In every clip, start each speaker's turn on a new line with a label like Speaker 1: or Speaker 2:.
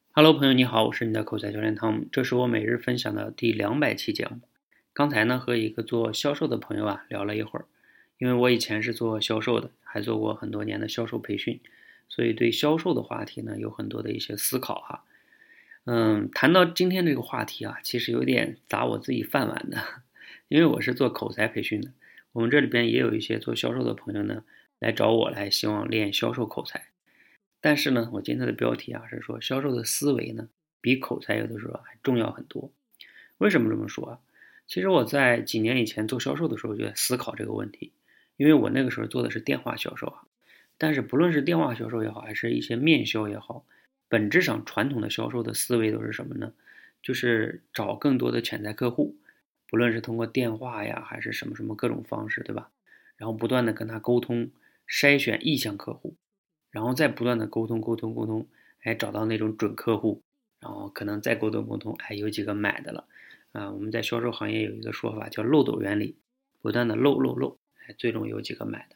Speaker 1: Hello，朋友你好，我是你的口才教练汤姆，这是我每日分享的第200期节目。刚才呢和一个做销售的朋友聊了一会儿，因为我以前是做销售的，还做过很多年的销售培训，所以对销售的话题呢有很多的一些思考哈。谈到今天这个话题其实有点砸我自己饭碗的，因为我是做口才培训的，我们这里边也有一些做销售的朋友呢来找我来，希望练销售口才。但是呢，我今天的标题是说销售的思维呢，比口才有的时候还重要很多。为什么这么说啊？其实我在几年以前做销售的时候就在思考这个问题，因为我那个时候做的是电话销售但是不论是电话销售也好，还是一些面销也好，本质上传统的销售的思维都是什么呢？就是找更多的潜在客户，不论是通过电话呀，还是什么什么各种方式，对吧？然后不断的跟他沟通，筛选意向客户。然后再不断的沟通，找到那种准客户，然后可能再沟通，有几个买的了，我们在销售行业有一个说法叫漏斗原理，不断的漏，最终有几个买的。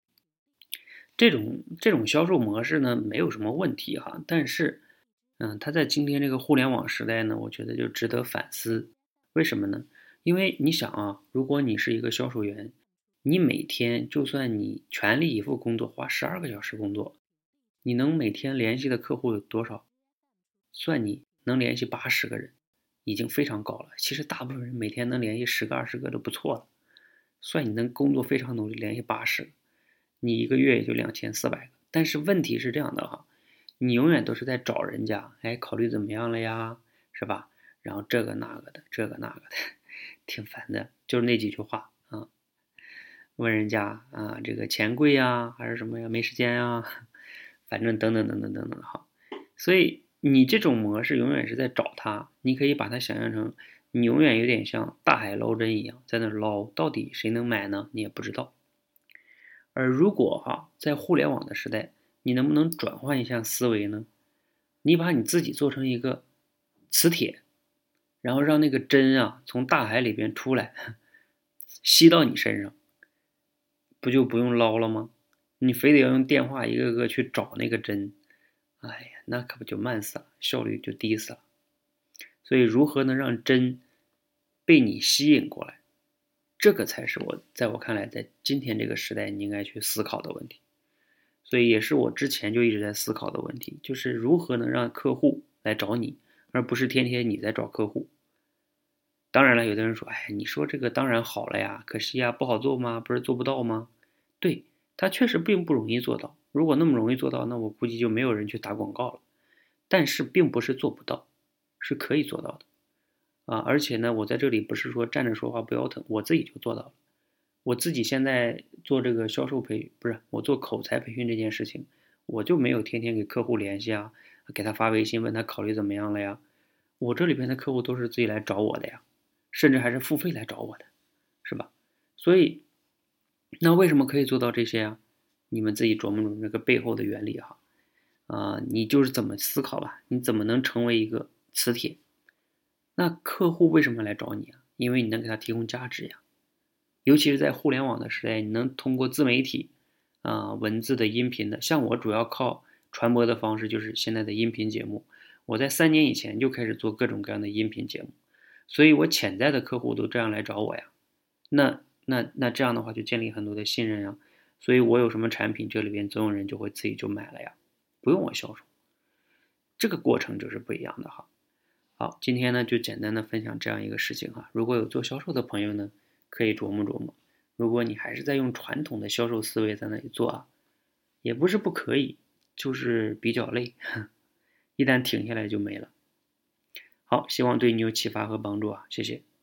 Speaker 1: 这种销售模式呢，没有什么问题但是，它在今天这个互联网时代呢，我觉得就值得反思。为什么呢？因为你想如果你是一个销售员，你每天就算你全力以赴工作，花12个小时工作，你能每天联系的客户有多少？算你能联系80个人，已经非常高了。其实大部分人每天能联系10个、20个都不错了。算你能工作非常努力，联系80个，你一个月也就2400个。但是问题是这样的你永远都是在找人家，考虑怎么样了呀，是吧？然后这个那个的，挺烦的。就是那几句话问人家这个钱贵呀，还是什么呀？没时间呀，反正等等等等等等所以你这种模式永远是在找他，你可以把它想象成，你永远有点像大海捞针一样，在那捞，到底谁能买呢？你也不知道。而如果在互联网的时代，你能不能转换一下思维呢？你把你自己做成一个磁铁，然后让那个针从大海里边出来，吸到你身上，不就不用捞了吗？你非得要用电话一个个去找那个针，哎呀，那可不就慢死了，效率就低死了。所以如何能让针被你吸引过来，这个才是在我看来，在今天这个时代你应该去思考的问题。所以也是我之前就一直在思考的问题，就是如何能让客户来找你，而不是天天你在找客户。当然了，有的人说，你说这个当然好了呀，可惜不好做吗？不是做不到吗？对，它确实并不容易做到。如果那么容易做到，那我估计就没有人去打广告了。但是并不是做不到，是可以做到的而且呢，我在这里不是说站着说话不腰疼，我自己就做到了。我自己现在做这个销售不是我做口才培训这件事情，我就没有天天给客户联系给他发微信问他考虑怎么样了呀。我这里边的客户都是自己来找我的呀，甚至还是付费来找我的，是吧？所以，那为什么可以做到这些你们自己琢磨琢磨这个背后的原理你就是怎么思考吧？你怎么能成为一个磁铁？那客户为什么来找你因为你能给他提供价值呀。尤其是在互联网的时代，你能通过自媒体文字的、音频的，像我主要靠传播的方式就是现在的音频节目。我在3年以前就开始做各种各样的音频节目，所以我潜在的客户都这样来找我呀。那这样的话就建立很多的信任所以我有什么产品，这里边总有人就会自己就买了呀，不用我销售。这个过程就是不一样的好，今天呢就简单的分享这样一个事情如果有做销售的朋友呢，可以琢磨琢磨。如果你还是在用传统的销售思维在那里做也不是不可以，就是比较累，一旦停下来就没了。好，希望对你有启发和帮助谢谢。